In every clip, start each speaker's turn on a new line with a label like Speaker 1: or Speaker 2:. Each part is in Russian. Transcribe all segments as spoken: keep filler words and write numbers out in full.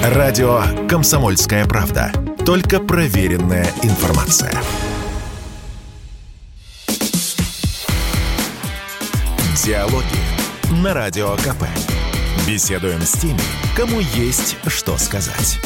Speaker 1: Радио «Комсомольская правда». Только проверенная информация. Диалоги на Радио КП. Беседуем с теми, кому есть что сказать.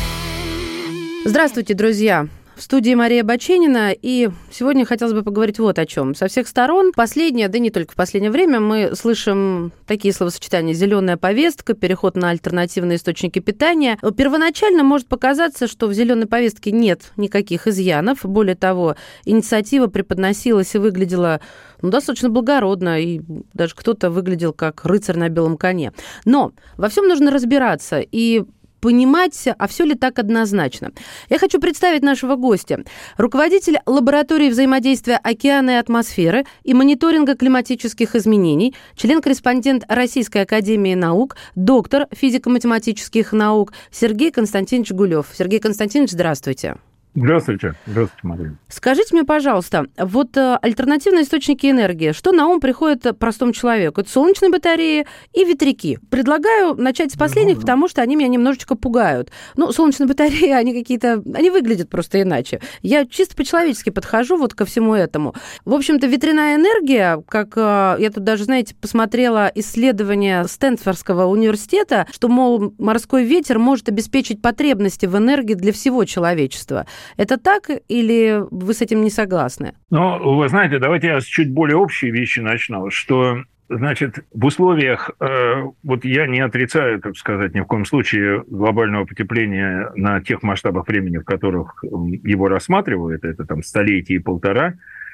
Speaker 2: Здравствуйте, друзья. В студии Мария Баченина, и сегодня хотелось бы поговорить вот о чем. Со всех сторон, последнее, да не только в последнее время, мы слышим такие словосочетания: зеленая повестка, переход на альтернативные источники питания. Первоначально может показаться, что в зеленой повестке нет никаких изъянов. Более того, инициатива преподносилась и выглядела ну, достаточно благородно, и даже кто-то выглядел как рыцарь на белом коне. Но во всем нужно разбираться и понимать, а все ли так однозначно. Я хочу представить нашего гостя. Руководитель лаборатории взаимодействия океана и атмосферы и мониторинга климатических изменений, член-корреспондент Российской академии наук, доктор физико-математических наук Сергей Константинович Гулев. Сергей Константинович, здравствуйте.
Speaker 3: Здравствуйте. Здравствуйте, Мария.
Speaker 2: Скажите мне, пожалуйста, вот э, альтернативные источники энергии, что на ум приходит простому человеку? Это солнечные батареи и ветряки. Предлагаю начать с последних, да, потому что они меня немножечко пугают. Ну, солнечные батареи, они какие-то, они выглядят просто иначе. Я чисто по-человечески подхожу вот ко всему этому. В общем-то, ветряная энергия, как э, я тут даже, знаете, посмотрела исследование Стэнфордского университета, что, мол, морской ветер может обеспечить потребности в энергии для всего человечества. Это так или вы с этим не согласны?
Speaker 3: Ну, вы знаете, давайте я с чуть более общей вещи начну, что, значит, в условиях, э, вот я не отрицаю, так сказать, ни в коем случае глобального потепления на тех масштабах времени, в которых его рассматривают, это там столетие и полтора,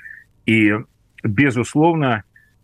Speaker 3: и, безусловно,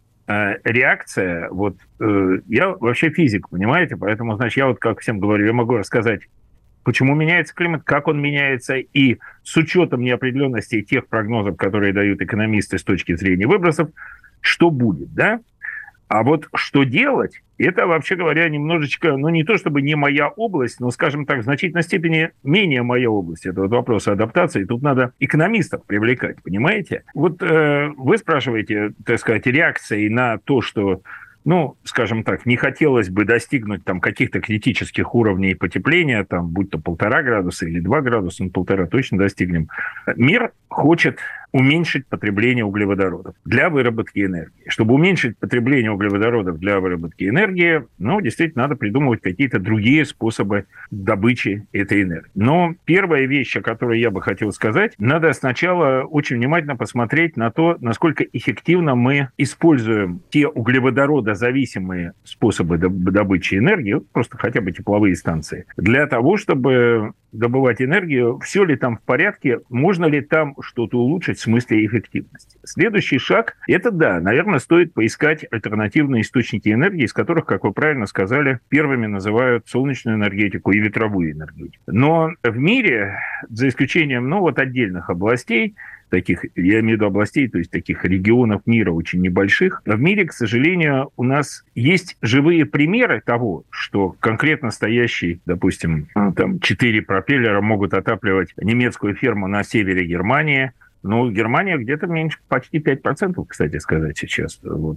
Speaker 3: э, реакция, вот, э, я вообще физик, понимаете, поэтому, значит, я вот как всем говорю, я могу рассказать, почему меняется климат, как он меняется, и с учетом неопределенности тех прогнозов, которые дают экономисты с точки зрения выбросов, что будет, да? А вот что делать, это, вообще говоря, немножечко, ну, не то чтобы не моя область, но, скажем так, в значительной степени менее моя область. Это вот вопрос адаптации. Тут надо экономистов привлекать, понимаете? Вот э, вы спрашиваете, так сказать, реакции на то, что... Ну, скажем так, не хотелось бы достигнуть там каких-то критических уровней потепления, там, будь то полтора градуса или два градуса, ну, полтора точно достигнем. Мир хочет уменьшить потребление углеводородов для выработки энергии. Чтобы уменьшить потребление углеводородов для выработки энергии, ну, действительно, надо придумывать какие-то другие способы добычи этой энергии. Но первая вещь, о которой я бы хотел сказать, надо сначала очень внимательно посмотреть на то, насколько эффективно мы используем те углеводородозависимые способы добычи энергии, просто хотя бы тепловые станции, для того, чтобы добывать энергию, все ли там в порядке, можно ли там что-то улучшить в смысле эффективности. Следующий шаг – это, да, наверное, стоит поискать альтернативные источники энергии, из которых, как вы правильно сказали, первыми называют солнечную энергетику и ветровую энергетику. Но в мире, за исключением, ну, вот отдельных областей, таких, я имею в виду областей, то есть таких регионов мира очень небольших, в мире, к сожалению, у нас есть живые примеры того, что конкретно стоящий, допустим, там четыре пропеллера могут отапливать немецкую ферму на севере Германии. Ну, Германия где-то меньше, почти пять процентов, кстати сказать, сейчас. Вот.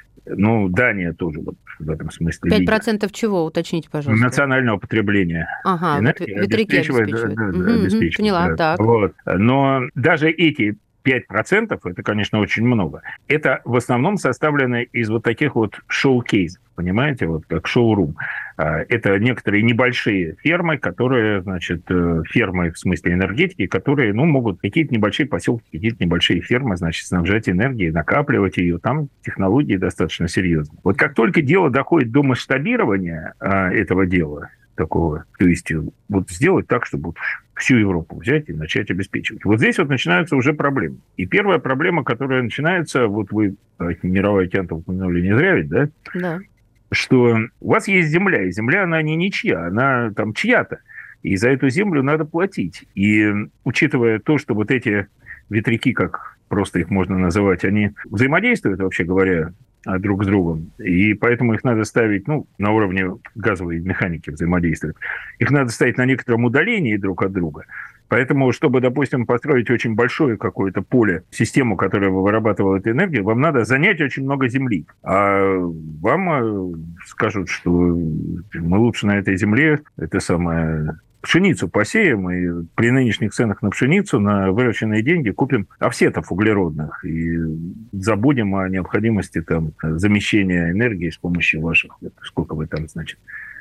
Speaker 3: Ну, Дания тоже вот в этом смысле.
Speaker 2: пять процентов чего, уточните, пожалуйста.
Speaker 3: Национального потребления.
Speaker 2: Ага, энергии, ветряки обеспечивают. обеспечивают. Да, да, угу,
Speaker 3: обеспечивают
Speaker 2: поняла,
Speaker 3: да.
Speaker 2: так.
Speaker 3: Вот. Но даже эти пять процентов, это, конечно, очень много. Это в основном составлено из вот таких вот шоу-кейсов, понимаете, вот как шоу-рум. Это некоторые небольшие фермы, которые, значит, фермы в смысле энергетики, которые, ну, могут какие-то небольшие поселки, какие-то небольшие фермы, значит, снабжать энергией, накапливать ее. Там технологии достаточно серьезные. Вот как только дело доходит до масштабирования этого дела, такого, то есть вот сделать так, чтобы всю Европу взять и начать обеспечивать. Вот здесь вот начинаются уже проблемы. И первая проблема, которая начинается, вот вы Мировой океан упомянули не зря ведь, да?
Speaker 2: Да.
Speaker 3: Что у вас есть земля, и земля, она не ничья, она там чья-то. И за эту землю надо платить. И учитывая то, что вот эти ветряки, как просто их можно называть, они взаимодействуют, вообще говоря, друг с другом. И поэтому их надо ставить, ну, на уровне газовой механики взаимодействия. Их надо ставить на некотором удалении друг от друга. Поэтому, чтобы, допустим, построить очень большое какое-то поле, систему, которая вырабатывала эту энергию, вам надо занять очень много земли. А вам скажут, что мы лучше на этой земле, это самое... пшеницу посеем, и при нынешних ценах на пшеницу на выращенные деньги купим офсетов углеродных и забудем о необходимости там, замещения энергии с помощью ваших, сколько вы там, значит,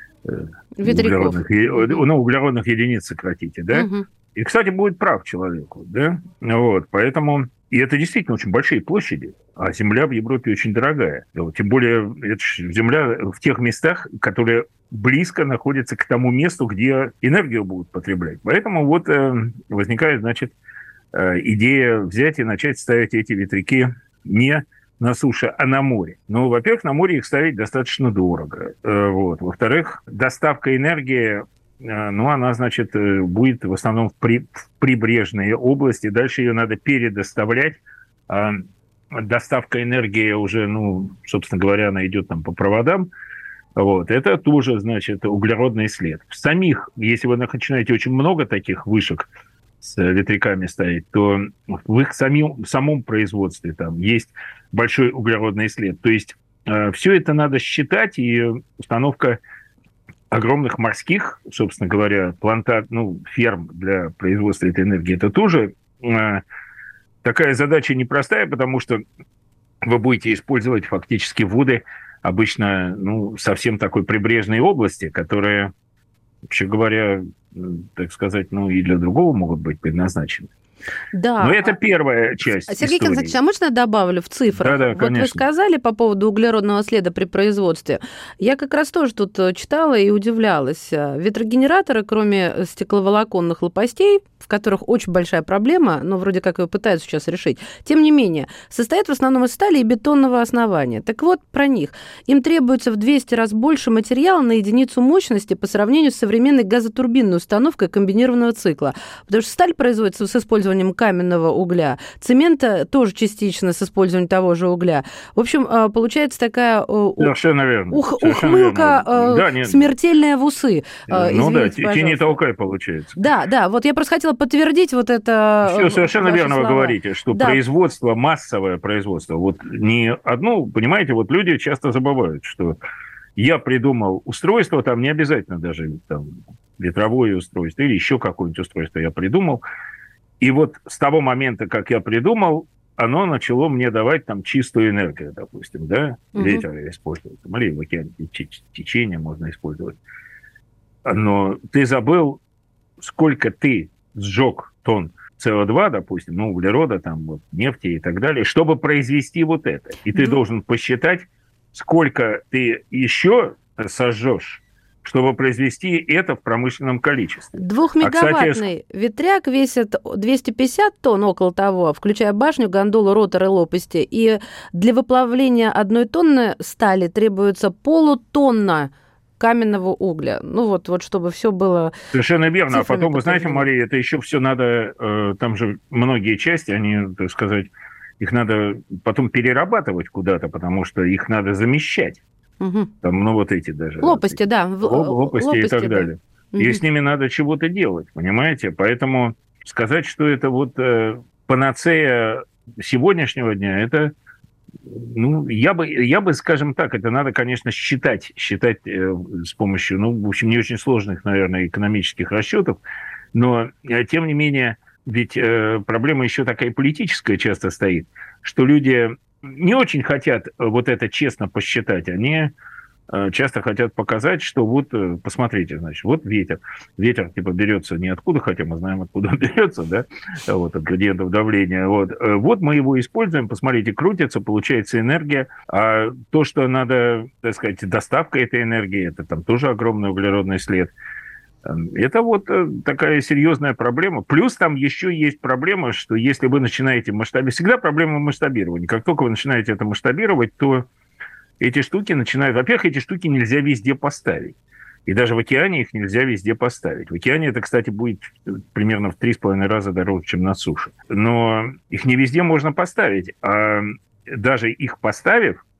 Speaker 3: углеродных, ну, углеродных единиц сократите, да? Угу. И, кстати, будет прав человеку, да? Вот, поэтому... И это действительно очень большие площади, а земля в Европе очень дорогая. Тем более, это земля в тех местах, которые близко находятся к тому месту, где энергию будут потреблять. Поэтому вот э, возникает, значит, э, идея взять и начать ставить эти ветряки не на суше, а на море. Ну, во-первых, на море их ставить достаточно дорого. Э, вот. Во-вторых, доставка энергии... Ну, она, значит, будет в основном в, при, в прибрежные области. Дальше ее надо передоставлять. А доставка энергии уже, ну, собственно говоря, она идет там по проводам. Вот. Это тоже, значит, углеродный след. В самих, если вы начинаете очень много таких вышек с ветряками ставить, то в их самим, в самом производстве там есть большой углеродный след. То есть э, все это надо считать, и установка огромных морских, собственно говоря, планта, ну, ферм для производства этой энергии, это тоже э, такая задача непростая, потому что вы будете использовать фактически воды обычно, ну, совсем такой прибрежной области, которые, вообще говоря, так сказать, ну, и для другого могут быть предназначены.
Speaker 2: Да.
Speaker 3: Но это первая часть
Speaker 2: Сергей
Speaker 3: истории.
Speaker 2: Константинович, а можно я добавлю в цифрах?
Speaker 3: Да, да,
Speaker 2: вот
Speaker 3: конечно.
Speaker 2: Вы сказали по поводу углеродного следа при производстве. Я как раз тоже тут читала и удивлялась. Ветрогенераторы, кроме стекловолоконных лопастей, в которых очень большая проблема, но вроде как ее пытаются сейчас решить, тем не менее, состоят в основном из стали и бетонного основания. Так вот, про них. Им требуется в двести раз больше материала на единицу мощности по сравнению с современной газотурбинной установкой комбинированного цикла. Потому что сталь производится с использованием каменного угля, цемента тоже частично с использованием того же угля. В общем, получается такая
Speaker 3: Совершенно верно.
Speaker 2: Ух,
Speaker 3: Совершенно
Speaker 2: ухмылка
Speaker 3: верно. Да, нет.
Speaker 2: смертельная в усы.
Speaker 3: Ну Извините, да, тяни толкай получается.
Speaker 2: Да, да, вот я просто хотела подтвердить вот это.
Speaker 3: Все совершенно верно
Speaker 2: слова.
Speaker 3: Вы говорите, что да. производство, массовое производство, вот не одно, понимаете, вот люди часто забывают, что я придумал устройство, там не обязательно даже там, ветровое устройство или еще какое-нибудь устройство я придумал, и вот с того момента, как я придумал, оно начало мне давать там чистую энергию, допустим, да, угу. Ветер использовать, или в океане течение можно использовать. Но ты забыл, сколько ты сжег тонн С О два, допустим, ну, углерода, там, вот, нефти и так далее, чтобы произвести вот это. И ты да. должен посчитать, сколько ты еще сожжешь, чтобы произвести это в промышленном количестве.
Speaker 2: Двухмегаваттный а, кстати, ветряк весит двести пятьдесят тонн, около того, включая башню, гондолу, ротор и лопасти. И для выплавления одной тонны стали требуется полутонна каменного угля. Ну вот, вот чтобы все было...
Speaker 3: Совершенно верно. А потом, вы знаете, Мария, это еще все надо... Э, там же многие части, они, так сказать, их надо потом перерабатывать куда-то, потому что их надо замещать. Угу. Там, ну, вот эти даже...
Speaker 2: Лопасти,
Speaker 3: эти,
Speaker 2: да.
Speaker 3: Лопасти, лопасти и так да. далее. Угу. И с ними надо чего-то делать, понимаете? Поэтому сказать, что это вот э, панацея сегодняшнего дня, это... Ну, я бы, я бы, скажем так, это надо, конечно, считать, считать э, с помощью, ну, в общем, не очень сложных, наверное, экономических расчетов, но, э, тем не менее, ведь э, проблема еще такая политическая часто стоит, что люди не очень хотят вот это честно посчитать, они э, часто хотят показать, что вот, э, посмотрите, значит, вот ветер, ветер, типа, берется ниоткуда, хотя мы знаем, откуда он берется, да, вот, от градиентов давления, вот, вот мы его используем, посмотрите, крутится, получается энергия, а то, что надо, так сказать, доставка этой энергии, это там тоже огромный углеродный след. Это вот такая серьезная проблема. Плюс там еще есть проблема, что если вы начинаете масштабировать... Всегда проблема масштабирования. Как только вы начинаете это масштабировать, то эти штуки начинают... Во-первых, эти штуки нельзя везде поставить. И даже в океане их нельзя везде поставить. В океане это, кстати, будет примерно в три с половиной раза дороже, чем на суше. Но их не везде можно поставить. А даже их поставив,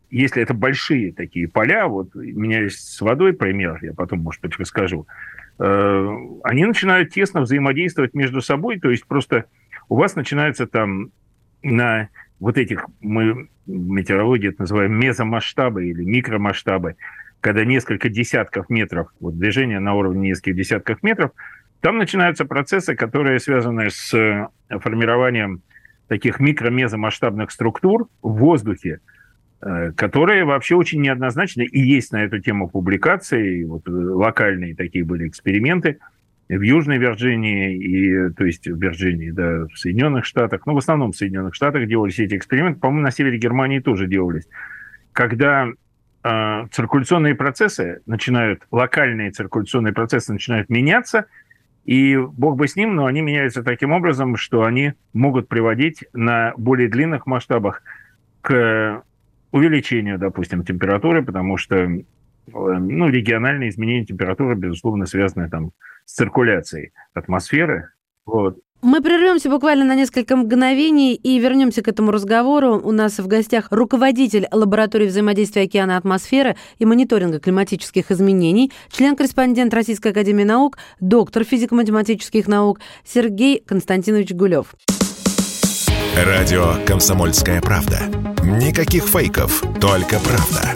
Speaker 3: если это большие такие поля, вот у меня есть с водой пример, я потом, может быть, расскажу, они начинают тесно взаимодействовать между собой, то есть просто у вас начинается там на вот этих, мы в метеорологии это называем мезомасштабы или микромасштабы, когда несколько десятков метров, вот движение на уровне нескольких десятков метров, там начинаются процессы, которые связаны с формированием таких микро-мезомасштабных структур в воздухе, которые вообще очень неоднозначны, и есть на эту тему публикации, вот локальные такие были эксперименты в Южной Вирджинии, и, то есть в Вирджинии, да, в Соединенных Штатах, ну, в основном в Соединенных Штатах делались эти эксперименты, по-моему, на севере Германии тоже делались, когда э, циркуляционные процессы начинают, локальные циркуляционные процессы начинают меняться, и бог бы с ним, но они меняются таким образом, что они могут приводить на более длинных масштабах к увеличению, допустим, температуры, потому что ну, региональные изменения температуры, безусловно, связаны там, с циркуляцией атмосферы. Вот.
Speaker 2: Мы прервемся буквально на несколько мгновений и вернемся к этому разговору. У нас в гостях руководитель лаборатории взаимодействия океана и атмосферы и мониторинга климатических изменений, член-корреспондент Российской академии наук, доктор физико-математических наук Сергей Константинович Гулев.
Speaker 1: Радио «Комсомольская правда». Никаких фейков, только правда.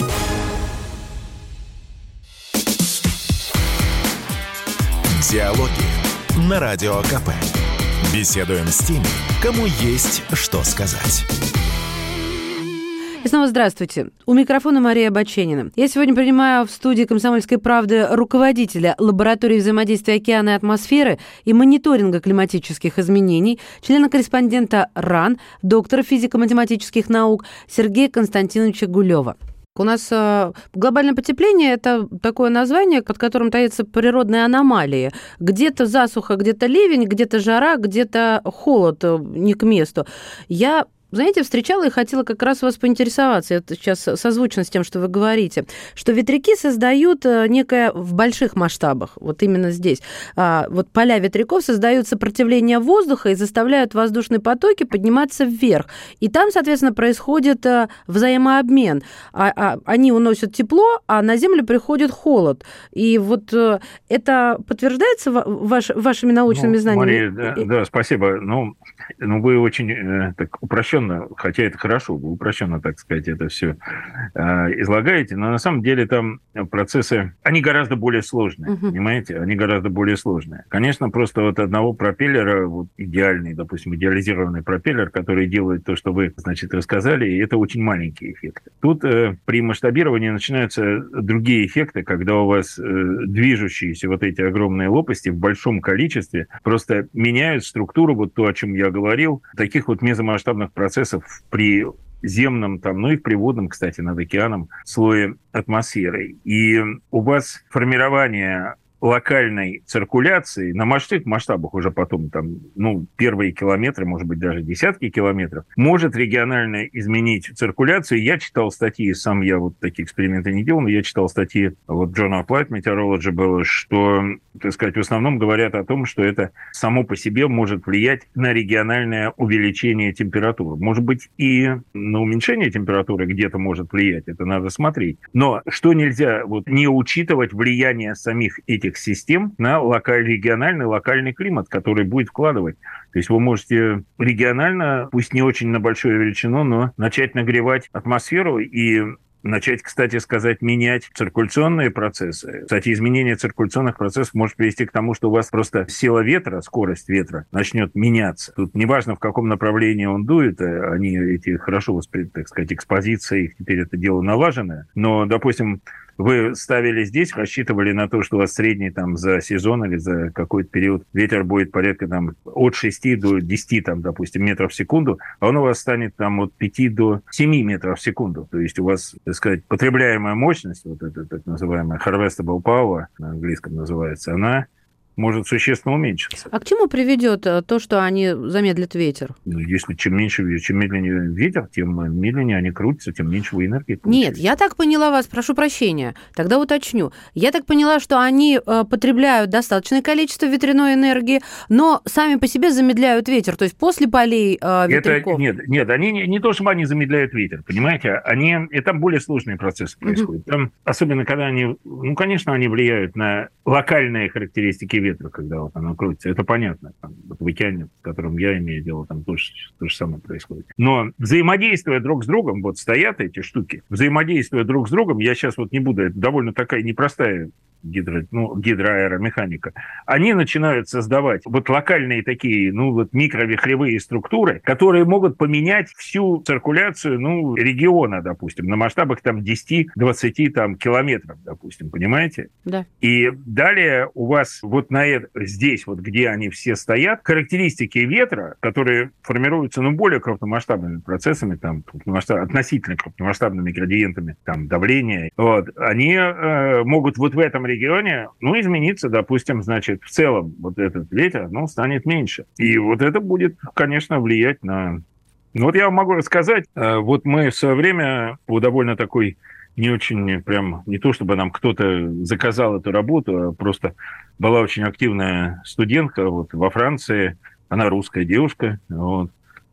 Speaker 1: Диалоги на Радио КП. Беседуем с теми, кому есть что сказать.
Speaker 2: И снова здравствуйте. У микрофона Мария Баченина. Я сегодня принимаю в студии «Комсомольской правды» руководителя лаборатории взаимодействия океана и атмосферы и мониторинга климатических изменений, члена-корреспондента РАН, доктора физико-математических наук Сергея Константиновича Гулева. У нас э, глобальное потепление – это такое название, под которым таятся природные аномалии. Где-то засуха, где-то ливень, где-то жара, где-то холод не к месту. Я Знаете, встречала и хотела как раз вас поинтересоваться, это сейчас созвучно с тем, что вы говорите, что ветряки создают некое в больших масштабах, вот именно здесь. Вот поля ветряков создают сопротивление воздуха и заставляют воздушные потоки подниматься вверх. И там, соответственно, происходит взаимообмен. Они уносят тепло, а на Землю приходит холод. И вот это подтверждается ваш, вашими научными
Speaker 3: ну,
Speaker 2: знаниями?
Speaker 3: Мария, да, да, спасибо. Ну, ну, вы очень э, так упрощенно, хотя это хорошо, вы упрощенно, так сказать, это все э, излагаете, но на самом деле там процессы, они гораздо более сложные, uh-huh. понимаете? Они гораздо более сложные. Конечно, просто вот одного пропеллера, вот идеальный, допустим, идеализированный пропеллер, который делает то, что вы, значит, рассказали, это очень маленькие эффекты. Тут э, при масштабировании начинаются другие эффекты, когда у вас э, движущиеся вот эти огромные лопасти в большом количестве просто меняют структуру, вот то, о чем я говорил, таких вот мезомасштабных процессов при земном, там, ну и в приводном, кстати, над океаном слое атмосферы. И у вас формирование локальной циркуляции на больших масштабах уже потом, там, ну, первые километры, может быть, даже десятки километров, может регионально изменить циркуляцию. Я читал статьи, сам я вот такие эксперименты не делал, но я читал статьи, вот Journal of Applied Meteorology было, что, так сказать, в основном говорят о том, что это само по себе может влиять на региональное увеличение температуры. Может быть, и на уменьшение температуры где-то может влиять, это надо смотреть. Но что нельзя вот не учитывать влияние самих этих систем на локальный, региональный, локальный климат, который будет вкладывать. То есть вы можете регионально, пусть не очень на большую величину, но начать нагревать атмосферу и начать, кстати сказать, менять циркуляционные процессы. Кстати, изменение циркуляционных процессов может привести к тому, что у вас просто сила ветра, скорость ветра начнет меняться. Тут неважно, в каком направлении он дует, они эти хорошо восприняты, так сказать, экспозиция, их теперь это дело налаженное. Но, допустим, вы ставили здесь, рассчитывали на то, что у вас средний там за сезон или за какой-то период ветер будет порядка там от шести до десяти, там, допустим, метров в секунду, а он у вас станет там от пяти до семи метров в секунду. То есть у вас, так сказать, потребляемая мощность, вот эта так называемая harvestable power, на английском называется, она может существенно уменьшиться.
Speaker 2: А к чему приведет то, что они замедлят ветер?
Speaker 3: Ну, если чем меньше, чем медленнее ветер, тем медленнее они крутятся, тем меньше вы энергии получаете.
Speaker 2: Нет, я так поняла вас, прошу прощения, тогда уточню. Я так поняла, что они э, потребляют достаточное количество ветряной энергии, но сами по себе замедляют ветер, то есть после полей э, ветряков.
Speaker 3: Это, нет, нет, они не, не то, чтобы они замедляют ветер, понимаете, они, и там более сложные процессы происходят. Угу. Там, особенно когда они, ну, конечно, они влияют на локальные характеристики ветра, когда вот оно крутится, это понятно. Там, вот в океане, с которым я имею дело, там тоже то же самое происходит. Но взаимодействуя друг с другом, вот стоят эти штуки, взаимодействуя друг с другом, я сейчас вот не буду, это довольно такая непростая гидро, ну, гидроаэромеханика, они начинают создавать вот локальные такие, ну, вот микровихревые структуры, которые могут поменять всю циркуляцию, ну, региона, допустим, на масштабах там десять-двадцать там километров, допустим, понимаете?
Speaker 2: Да.
Speaker 3: И далее у вас вот на это, здесь, вот где они все стоят, характеристики ветра, которые формируются, ну, более крупномасштабными процессами, там, крупномасштаб, относительно крупномасштабными градиентами, там, давления, вот, они э, могут вот в этом регионе, ну, измениться, допустим, значит, в целом вот этот ветер, ну, станет меньше. И вот это будет, конечно, влиять на... Ну, вот я вам могу рассказать, вот мы в свое время по довольно такой не очень прям, не то чтобы нам кто-то заказал эту работу, а просто была очень активная студентка вот во Франции, она русская девушка, вот,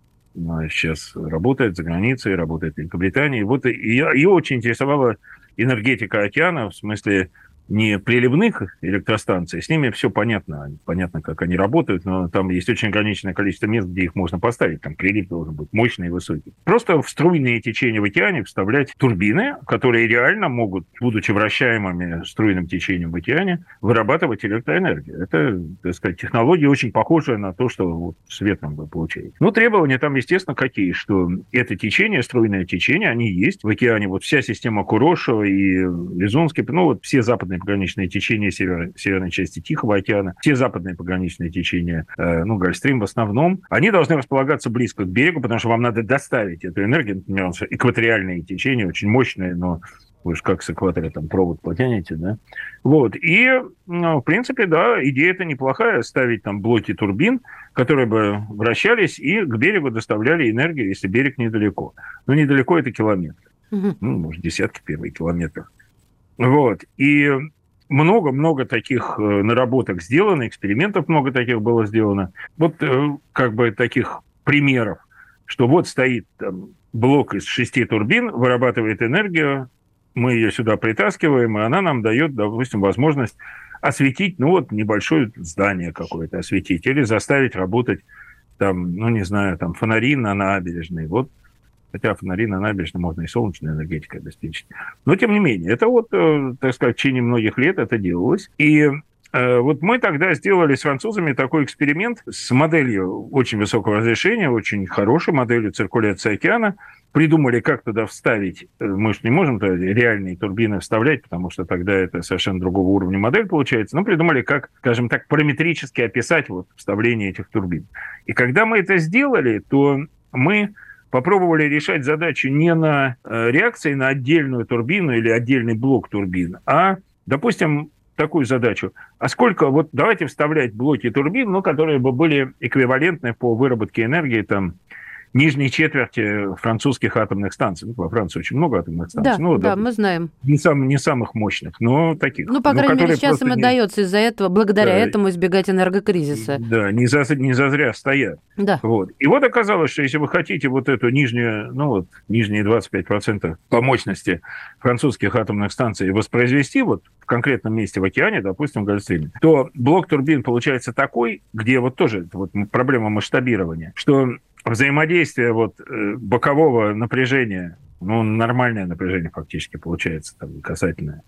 Speaker 3: она сейчас работает за границей, работает в Великобритании, вот ее, ее очень интересовала энергетика океана, в смысле не приливных электростанций, с ними все понятно, понятно, как они работают, но там есть очень ограниченное количество мест, где их можно поставить, там прилив должен быть мощный и высокий. Просто в струйные течения в океане вставлять турбины, которые реально могут, будучи вращаемыми струйным течением в океане, вырабатывать электроэнергию. Это, так сказать, технология очень похожая на то, что вот с ветром вы получаете. Ну, требования там, естественно, какие, что это течение, струйное течение, они есть в океане. Вот вся система Курошио и Лизунский, ну, вот все западные пограничные течения север, северной части Тихого океана, все западные пограничные течения, э, ну, Гольфстрим в основном, они должны располагаться близко к берегу, потому что вам надо доставить эту энергию, например, экваториальные течения, очень мощные, но вы же как с экватора там провод потянете, да? Вот, и, ну, в принципе, да, идея-то неплохая, ставить там блоки турбин, которые бы вращались и к берегу доставляли энергию, если берег недалеко. Но недалеко это километр, угу. Ну, может, десятки первых километров. Вот, и много-много таких наработок сделано, экспериментов много таких было сделано. Вот как бы таких примеров, что вот стоит там блок из шести турбин, вырабатывает энергию, мы ее сюда притаскиваем, и она нам дает, допустим, возможность осветить, ну вот, небольшое здание какое-то осветить, или заставить работать там, ну не знаю, там фонари на набережной, вот. Хотя фонари на набережной можно и солнечной энергетикой обеспечить. Но, тем не менее, это вот, так сказать, в течение многих лет это делалось. И э, вот мы тогда сделали с французами такой эксперимент с моделью очень высокого разрешения, очень хорошей моделью циркуляции океана. Придумали, как туда вставить, мы же не можем туда реальные турбины вставлять, потому что тогда это совершенно другого уровня модель получается, но придумали, как, скажем так, параметрически описать вот вставление этих турбин. И когда мы это сделали, то мы попробовали решать задачу не на э, реакции на отдельную турбину или отдельный блок турбин, а, допустим, такую задачу. А сколько, вот давайте вставлять блоки турбин, ну, которые бы были эквивалентны по выработке энергии там нижней четверти французских атомных станций. Ну, во Франции очень много атомных станций.
Speaker 2: Да,
Speaker 3: ну,
Speaker 2: да,
Speaker 3: да,
Speaker 2: мы знаем.
Speaker 3: Не, сам, не самых мощных, но таких.
Speaker 2: Ну, по
Speaker 3: ну,
Speaker 2: крайней мере, сейчас им
Speaker 3: не...
Speaker 2: удается из-за этого, благодаря
Speaker 3: да,
Speaker 2: этому избегать энергокризиса.
Speaker 3: Да, не, за, не зазря стоят.
Speaker 2: Да.
Speaker 3: Вот. И вот оказалось, что если вы хотите вот эту нижнюю, ну вот, нижние двадцать пять процентов по мощности французских атомных станций воспроизвести вот в конкретном месте в океане, допустим, в Гольфстриме, то блок турбин получается такой, где вот тоже вот проблема масштабирования, что взаимодействие вот бокового напряжения, ну, нормальное напряжение фактически получается, там, касательное,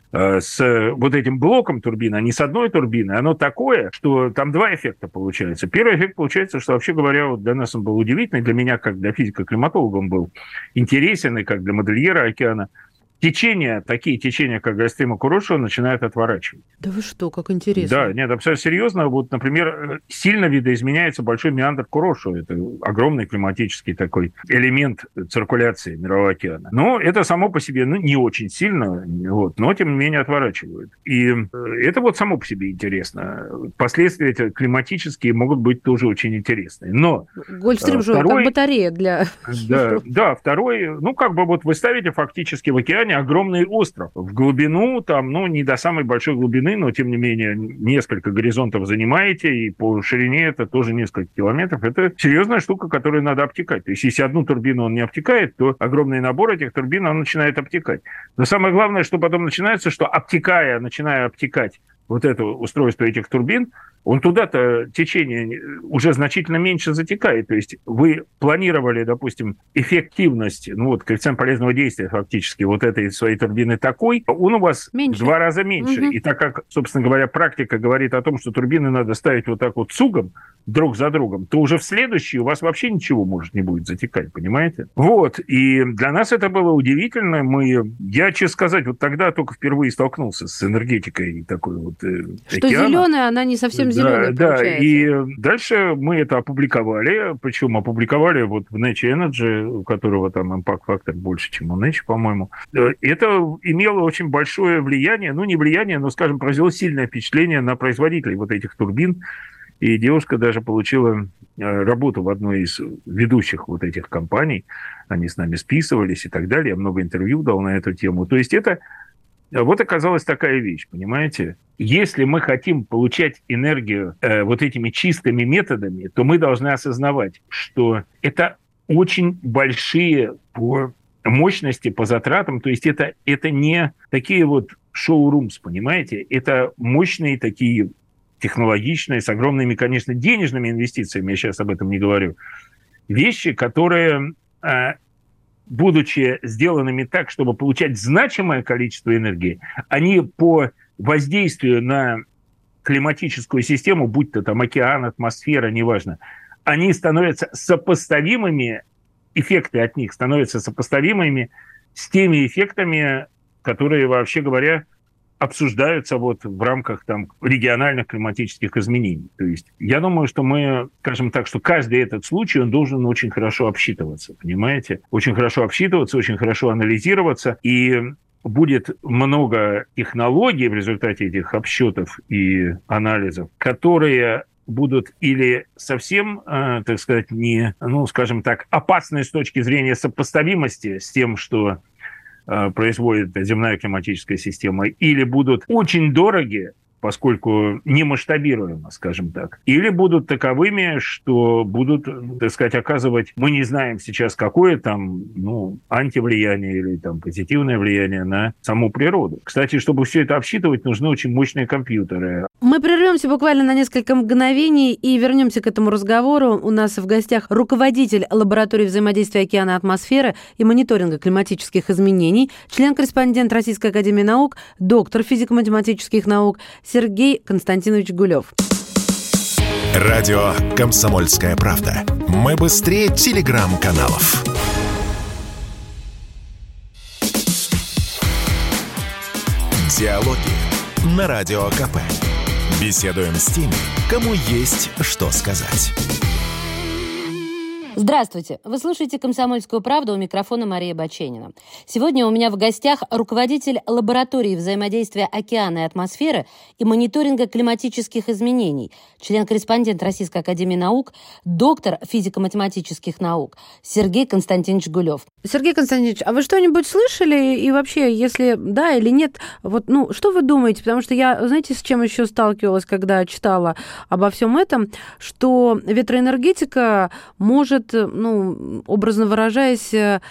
Speaker 3: с вот этим блоком турбины, а не с одной турбиной, оно такое, что там два эффекта получается. Первый эффект получается, что, вообще говоря, вот для нас он был удивительный, для меня, как для физика-климатолога, он был интересен, и как для модельера океана. течения, такие течения, как Гольфстрим и Курошиво, начинают отворачивать.
Speaker 2: Да вы что, как интересно.
Speaker 3: Да, нет, абсолютно серьезно. Вот, например, сильно видоизменяется большой меандр Курошиво. Это огромный климатический такой элемент циркуляции Мирового океана. Но это само по себе ну, не очень сильно, вот, но тем не менее отворачивает. И это вот само по себе интересно. Последствия эти климатические могут быть тоже очень интересные. Но
Speaker 2: Гольфстрим же
Speaker 3: второй,
Speaker 2: как батарея для...
Speaker 3: Да, да, второй, ну, как бы вот вы ставите фактически в океане огромный остров. В глубину, там, ну, не до самой большой глубины, но, тем не менее, несколько горизонтов занимаете, и по ширине это тоже несколько километров. Это серьезная штука, которую надо обтекать. То есть, если одну турбину он не обтекает, то огромный набор этих турбин, он начинает обтекать. Но самое главное, что потом начинается, что обтекая, начиная обтекать вот это устройство этих турбин, он туда-то течение уже значительно меньше затекает. То есть вы планировали, допустим, эффективность, ну вот коэффициент полезного действия фактически вот этой своей турбины такой, он у вас меньше. В два раза меньше. Угу. И так как, собственно говоря, практика говорит о том, что турбины надо ставить вот так вот цугом друг за другом, то уже в следующий у вас вообще ничего может не будет затекать, понимаете? Вот. И для нас это было удивительно. Мы, я, честно сказать, вот тогда только впервые столкнулся с энергетикой такой вот э,
Speaker 2: Что
Speaker 3: океана.
Speaker 2: Зеленая, она не совсем зеленая,
Speaker 3: да,
Speaker 2: получается.
Speaker 3: Да, и дальше мы это опубликовали, причем опубликовали вот в Nature Energy, у которого там импакт-фактор больше, чем у Nature, по-моему. Это имело очень большое влияние, ну не влияние, но, скажем, произвело сильное впечатление на производителей вот этих турбин. И девушка даже получила работу в одной из ведущих вот этих компаний. Они с нами списывались и так далее. Я много интервью дал на эту тему. То есть это вот оказалась такая вещь, понимаете? Если мы хотим получать энергию э, вот этими чистыми методами, то мы должны осознавать, что это очень большие по мощности, по затратам. То есть это, это не такие вот шоу-румс, понимаете? Это мощные такие технологичные, с огромными, конечно, денежными инвестициями, я сейчас об этом не говорю, вещи, которые, будучи сделанными так, чтобы получать значимое количество энергии, они по воздействию на климатическую систему, будь то там океан, атмосфера, неважно, они становятся сопоставимыми, эффекты от них становятся сопоставимыми с теми эффектами, которые, вообще говоря, обсуждаются вот в рамках там региональных климатических изменений. То есть я думаю, что мы, скажем так, что каждый этот случай, он должен очень хорошо обсчитываться, понимаете? Очень хорошо обсчитываться, очень хорошо анализироваться, и будет много технологий в результате этих обсчетов и анализов, которые будут или совсем, э, так сказать, не, ну, скажем так, опасны с точки зрения сопоставимости с тем, что производит земная климатическая система, или будут очень дороги, поскольку не масштабируемо, скажем так, или будут таковыми, что будут, так сказать, оказывать, мы не знаем сейчас, какое там, ну, антивлияние или там позитивное влияние на саму природу. Кстати, чтобы все это обсчитывать, нужны очень мощные компьютеры.
Speaker 2: Мы прервемся буквально на несколько мгновений и вернемся к этому разговору. У нас в гостях руководитель лаборатории взаимодействия океана и атмосферы и мониторинга климатических изменений, член-корреспондент Российской академии наук, доктор физико-математических наук Сергей Константинович Гулев.
Speaker 1: Радио «Комсомольская правда». Мы быстрее телеграм-каналов. Диалоги на Радио КП. Беседуем с теми, кому есть что сказать.
Speaker 2: Здравствуйте! Вы слушаете «Комсомольскую правду», у микрофона Мария Баченина. Сегодня у меня в гостях руководитель лаборатории взаимодействия океана и атмосферы и мониторинга климатических изменений, член-корреспондент Российской академии наук, доктор физико-математических наук Сергей Константинович Гулев. Сергей Константинович, а вы что-нибудь слышали? И вообще, если да или нет, вот, ну, что вы думаете? Потому что я, знаете, с чем еще сталкивалась, когда читала обо всем этом, что ветроэнергетика может, ну, образно выражаясь,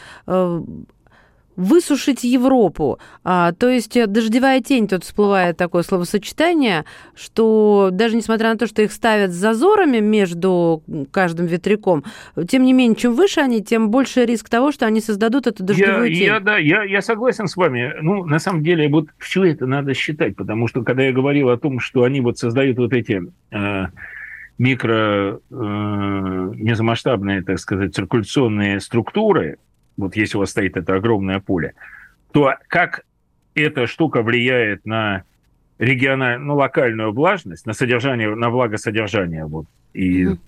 Speaker 2: высушить Европу. А, то есть дождевая тень, тут всплывает такое словосочетание, что даже несмотря на то, что их ставят с зазорами между каждым ветряком, тем не менее, чем выше они, тем больше риск того, что они создадут эту дождевую
Speaker 3: я,
Speaker 2: тень. Я,
Speaker 3: да, я, я согласен с вами. Ну, на самом деле, вот все это надо считать, потому что, когда я говорил о том, что они вот создают вот эти... Э, микро, э, незамасштабные, так сказать, циркуляционные структуры, вот если у вас стоит это огромное поле, то как эта штука влияет на региональную, ну, локальную влажность, на содержание, на влагосодержание, вот, и mm-hmm.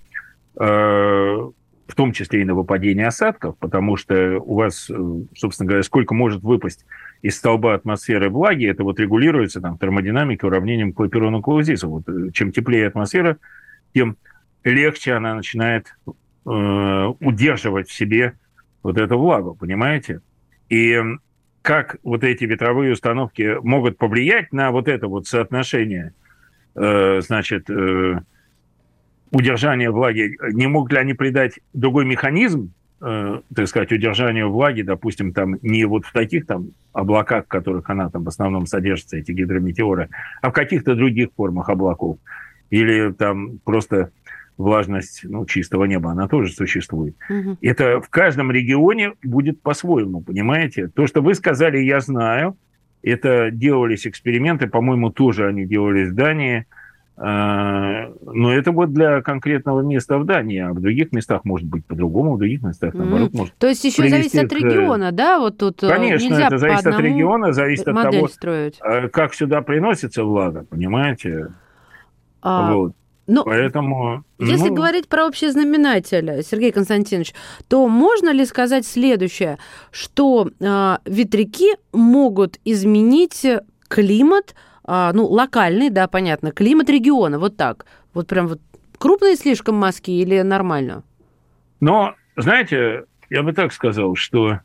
Speaker 3: э, в том числе и на выпадение осадков, потому что у вас, собственно говоря, сколько может выпасть из столба атмосферы влаги, это вот регулируется там термодинамикой, уравнением Клапейрона-Клаузиса. Вот, чем теплее атмосфера, тем легче она начинает э, удерживать в себе вот эту влагу, понимаете? И как вот эти ветровые установки могут повлиять на вот это вот соотношение, э, значит, э, удержания влаги, не могут ли они придать другой механизм, э, так сказать, удержанию влаги, допустим, там не вот в таких там облаках, в которых она там в основном содержится, эти гидрометеоры, а в каких-то других формах облаков. Или там просто влажность, ну, чистого неба, она тоже существует. Угу. Это в каждом регионе будет по-своему, понимаете? То, что вы сказали, я знаю. Это делались эксперименты, по-моему, тоже они делались в Дании. Но это вот для конкретного места в Дании, а в других местах может быть по-другому, в других местах, наоборот, mm. может.
Speaker 2: То есть еще зависит от региона, к... да? Вот тут
Speaker 3: Конечно,
Speaker 2: нельзя
Speaker 3: это зависит от региона, зависит от того,
Speaker 2: строить.
Speaker 3: Как сюда приносится влага, понимаете? А... Вот.
Speaker 2: Но
Speaker 3: Поэтому,
Speaker 2: если ну... говорить про общий знаменатель, Сергей Константинович, то можно ли сказать следующее, что э, ветряки могут изменить климат, э, ну, локальный, да, понятно, климат региона, вот так? Вот прям вот крупные слишком мазки или нормально?
Speaker 3: Но, знаете, я бы так сказал, что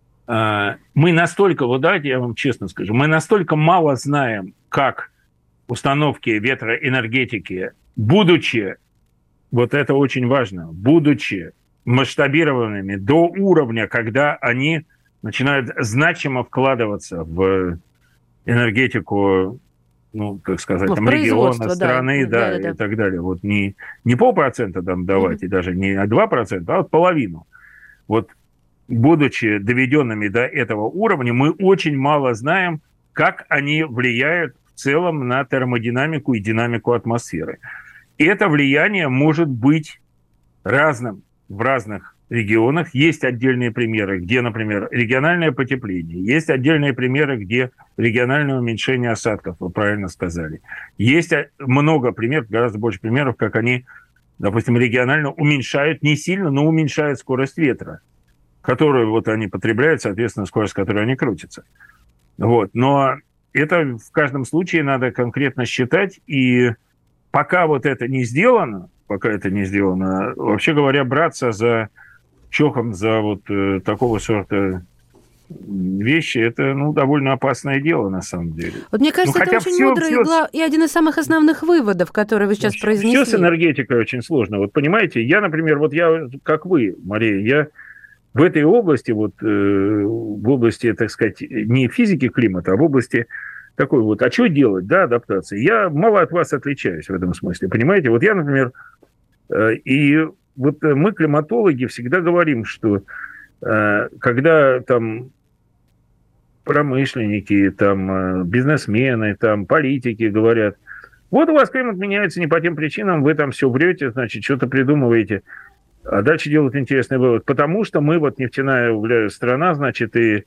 Speaker 3: э, мы настолько, вот давайте я вам честно скажу, мы настолько мало знаем, как установки ветроэнергетики, будучи, вот это очень важно, будучи масштабированными до уровня, когда они начинают значимо вкладываться в энергетику, ну, как сказать, ну, там, региона, страны, да, да, да, да, и так далее. Вот не, не полпроцента там давать, mm-hmm. и даже не два процента, а вот половину. Вот будучи доведенными до этого уровня, мы очень мало знаем, как они влияют в целом на термодинамику и динамику атмосферы. И это влияние может быть разным в разных регионах. Есть отдельные примеры, где, например, региональное потепление. Есть отдельные примеры, где региональное уменьшение осадков, вы правильно сказали. Есть много примеров, гораздо больше примеров, как они, допустим, регионально уменьшают, не сильно, но уменьшают скорость ветра, которую вот они потребляют, соответственно, скорость, с которой они крутятся. Вот. Но это в каждом случае надо конкретно считать, и пока вот это не сделано, пока это не сделано, вообще говоря, браться за чохом за вот э, такого сорта вещи, это, ну, довольно опасное дело, на самом деле.
Speaker 2: Вот мне кажется, ну, это очень все, мудрый все... И, глав... и один из самых основных выводов, которые вы сейчас произнесли.
Speaker 3: Все с энергетикой очень сложно. Вот понимаете, я, например, вот я, как вы, Мария, я в этой области, вот э, в области, так сказать, не физики климата, а в области такой вот, а что делать, да, адаптации. Я мало от вас отличаюсь в этом смысле, понимаете? Вот я, например, э, и вот мы, климатологи, всегда говорим, что э, когда там промышленники, там э, бизнесмены, там политики говорят, вот у вас климат меняется не по тем причинам, вы там все врете, значит, что-то придумываете, а дальше делают интересный вывод, потому что мы вот нефтяная угля страна, значит, и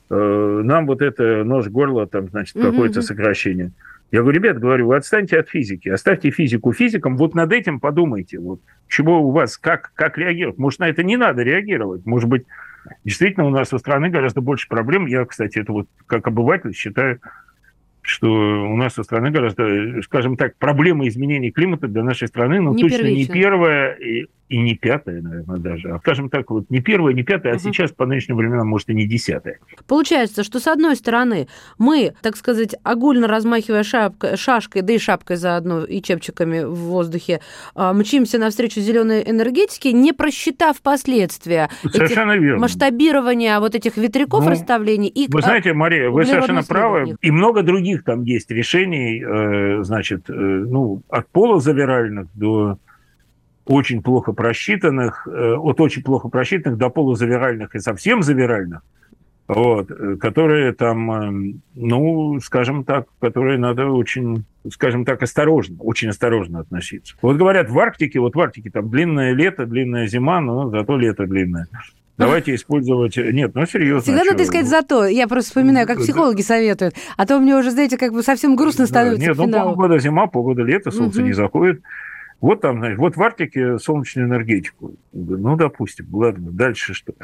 Speaker 3: нам вот это нож горло, там, значит, какое-то mm-hmm. сокращение. Я говорю, ребят, говорю, вы отстаньте от физики, оставьте физику физикам, вот над этим подумайте, вот, чего у вас, как, как реагировать. Может, на это не надо реагировать, может быть, действительно у нас у страны гораздо больше проблем. Я, кстати, это вот как обыватель считаю, что у нас у страны гораздо, скажем так, проблема изменения климата для нашей страны, ну, не точно первичная. Не первая и, и не пятая, наверное, даже. А, скажем так, вот не первая, не пятая, угу. а сейчас по нынешним временам, может, и не десятая.
Speaker 2: Получается, что, с одной стороны, мы, так сказать, огульно размахивая шапкой, шашкой, да и шапкой заодно, и чепчиками в воздухе, мчимся навстречу зеленой энергетике, не просчитав последствия
Speaker 3: совершенно верно.
Speaker 2: Масштабирования вот этих ветряков, ну, расставлений. И
Speaker 3: вы знаете, Мария, вы совершенно правы. И много других там есть решений, значит, ну, от полузавиральных до очень плохо просчитанных, от очень плохо просчитанных до полузавиральных и совсем завиральных, вот, которые там, ну, скажем так, которые надо очень, скажем так, осторожно, очень осторожно относиться. Вот говорят, в Арктике, вот в Арктике там длинное лето, длинная зима, но зато лето длинное. Давайте использовать... Нет, ну серьезно.
Speaker 2: Всегда надо искать зато. Я просто вспоминаю, как психологи советуют. А то мне уже, знаете, как бы совсем грустно становится
Speaker 3: Нет,
Speaker 2: к финалу.
Speaker 3: ну полгода зима, полгода лето, солнце угу. не заходит. Вот там, знаешь, вот в Арктике солнечную энергетику. Ну, допустим, ладно, дальше что?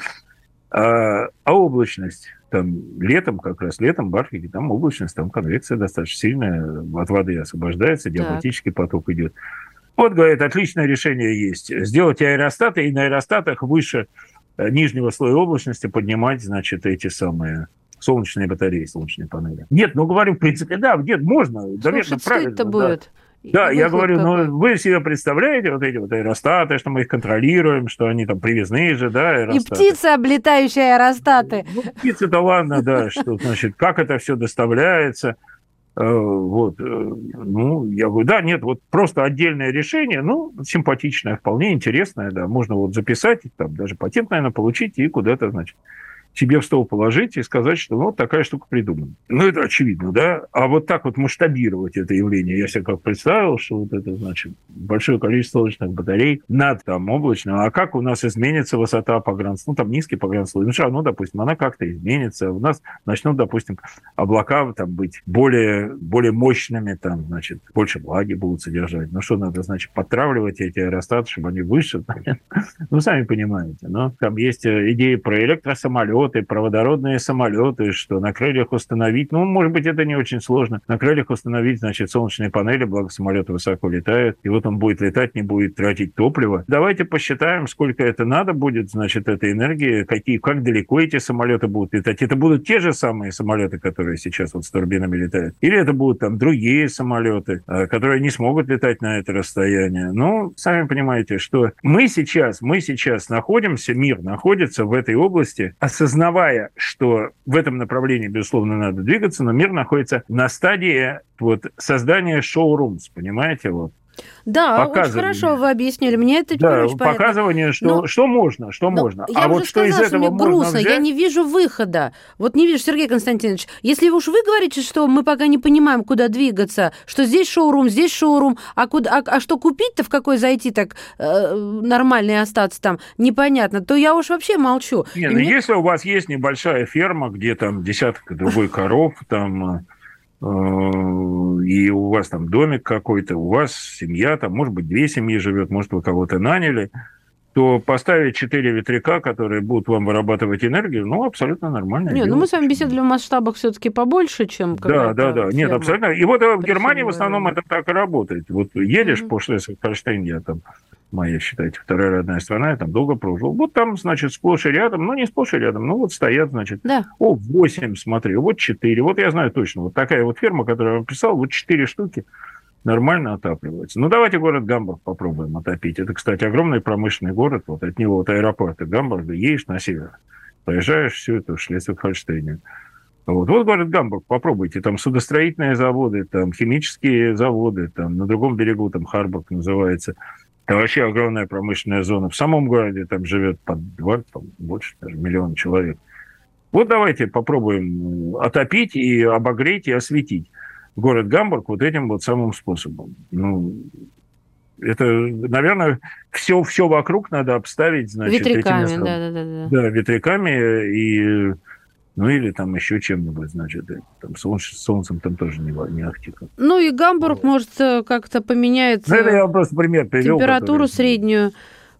Speaker 3: А, а облачность? Там летом, как раз летом в Арктике, там облачность, там конвекция достаточно сильная, от воды освобождается, диабатический поток идет. Вот, говорит, отличное решение есть. Сделать аэростаты, и на аэростатах выше нижнего слоя облачности поднимать, значит, эти самые солнечные батареи, солнечные панели. Нет, ну, говорю, в принципе, да, нет, можно.
Speaker 2: Слушай,
Speaker 3: да,
Speaker 2: что это будет?
Speaker 3: Да, я говорю, ну, вы себе представляете вот эти вот аэростаты, что мы их контролируем, что они там привезные же, да, аэростаты.
Speaker 2: И птицы, облетающие аэростаты.
Speaker 3: Ну, птицы-то ладно, да, что, значит, как это все доставляется. Вот, ну, я говорю, да, нет, вот просто отдельное решение, ну, симпатичное, вполне интересное, да, можно вот записать, там, даже патент, наверное, получить и куда-то, значит, себе в стол положить и сказать, что ну, вот такая штука придумана. Ну, это очевидно, да? А вот так вот масштабировать это явление, я себе как представил, что вот это, значит, большое количество солнечных батарей над там облачным, а как у нас изменится высота погранслоя, ну, там низкий погранслой, ну, что, ну, допустим, она как-то изменится, у нас начнут, допустим, облака там быть более, более мощными, там, значит, больше влаги будут содержать. Ну, что надо, значит, подтравливать эти аэростаты, чтобы они выше, ну, сами понимаете, но там есть идеи про электросамолеты, про водородные самолеты, что на крыльях установить, ну, может быть, это не очень сложно, на крыльях установить, значит, солнечные панели, благо самолеты высоко летают, и вот он будет летать, не будет тратить топливо. Давайте посчитаем, сколько это надо будет, значит, этой энергии, какие, как далеко эти самолеты будут летать. Это будут те же самые самолеты, которые сейчас вот с турбинами летают, или это будут там другие самолеты, которые не смогут летать на это расстояние. Ну, сами понимаете, что мы сейчас, мы сейчас находимся, мир находится в этой области, осознавая, что в этом направлении, безусловно, надо двигаться, но мир находится на стадии вот, создания шоу-румс, понимаете, вот.
Speaker 2: Да, очень хорошо вы объяснили. Мне это теперь
Speaker 3: да,
Speaker 2: очень понятно.
Speaker 3: Показывание, что, но, что можно, что
Speaker 2: но
Speaker 3: можно.
Speaker 2: Я
Speaker 3: а
Speaker 2: уже
Speaker 3: вот
Speaker 2: сказала,
Speaker 3: что из этого
Speaker 2: что мне грустно,
Speaker 3: взять...
Speaker 2: я не вижу выхода. Вот не вижу, Сергей Константинович, если уж вы говорите, что мы пока не понимаем, куда двигаться, что здесь шоурум, здесь шоурум, а, куда, а, а что купить-то, в какой зайти так э, нормально и остаться там, непонятно, то я уж вообще молчу.
Speaker 3: Не, ну мне... если у вас есть небольшая ферма, где там десяток другой коров, там... и у вас там домик какой-то, у вас семья, там, может быть, две семьи живет, может, вы кого-то наняли, то поставить четыре ветряка, которые будут вам вырабатывать энергию, ну, абсолютно нормально.
Speaker 2: Нет, ну мы с вами беседовали в масштабах все-таки побольше, чем
Speaker 3: Да, да, да. Нет, абсолютно. И вот в Германии в основном это так и работает. Вот едешь mm-hmm. по Шлезвиг-Гольштейн, я там, моя, считайте, вторая родная страна, я там долго прожил. Вот там, значит, сплошь и рядом, ну, не сплошь и рядом, ну, вот стоят, значит,
Speaker 2: да.
Speaker 3: о, восемь, смотри, вот четыре. Вот я знаю точно, вот такая вот ферма, которую я вам писал, вот четыре штуки нормально отапливается. Ну, давайте город Гамбург попробуем отопить. Это, кстати, огромный промышленный город. Вот от него от аэропорта Гамбурга едешь на север, проезжаешь всю эту Шлезвиг-Гольштейн. Вот. вот город Гамбург, попробуйте. Там судостроительные заводы, там химические заводы, там на другом берегу, там Харбург называется. Это вообще огромная промышленная зона. В самом городе там живет под два, там, больше даже миллиона человек. Вот давайте попробуем отопить и обогреть и осветить город Гамбург вот этим вот самым способом. Ну, это, наверное, все, все вокруг надо обставить, значит,
Speaker 2: ветряками,
Speaker 3: этими,
Speaker 2: да, да, да, да.
Speaker 3: Да, ветряками и, ну, или там еще чем-нибудь, значит, там солнце, солнцем там тоже не, не ахтика.
Speaker 2: Ну, и Гамбург, вот. Может, как-то поменяет
Speaker 3: ну, это я вам просто пример привел,
Speaker 2: температуру
Speaker 3: который...
Speaker 2: среднюю.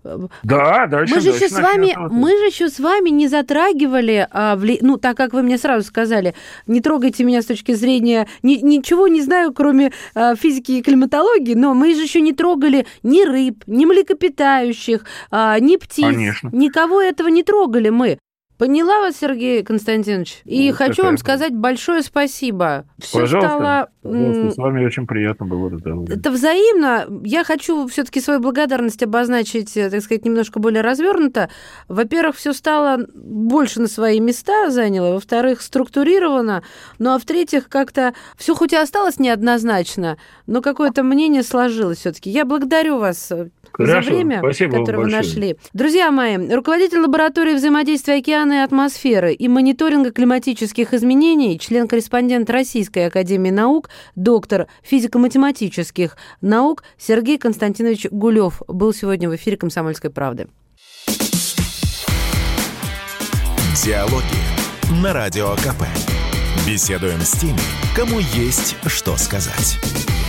Speaker 3: Да, дальше.
Speaker 2: Мы же
Speaker 3: дальше
Speaker 2: еще с вами, мы же еще с вами не затрагивали, а, вли... ну так как вы мне сразу сказали, не трогайте меня с точки зрения, ни, ничего не знаю, кроме а, физики и климатологии, но мы же еще не трогали ни рыб, ни млекопитающих, а, ни птиц,
Speaker 3: Конечно.
Speaker 2: Никого этого не трогали мы. Поняла вас, Сергей Константинович. И
Speaker 3: вот
Speaker 2: хочу вам сказать большое спасибо. Все
Speaker 3: пожалуйста,
Speaker 2: стало...
Speaker 3: пожалуйста, с вами очень приятно было разговаривать.
Speaker 2: Это взаимно. Я хочу все-таки свою благодарность обозначить, так сказать, немножко более развернуто. Во-первых, все стало больше на свои места заняло. Во-вторых, структурировано. Ну а в-третьих, как-то все хоть и осталось неоднозначно, но какое-то мнение сложилось все-таки. Я благодарю вас. Хорошо, за время, которое вы нашли. Друзья мои, руководитель лаборатории взаимодействия океана и атмосферы и мониторинга климатических изменений, член-корреспондент Российской академии наук, доктор физико-математических наук Сергей Константинович Гулев был сегодня в эфире «Комсомольской правды».
Speaker 1: Диалоги на Радио КП. Беседуем с теми, кому есть что сказать.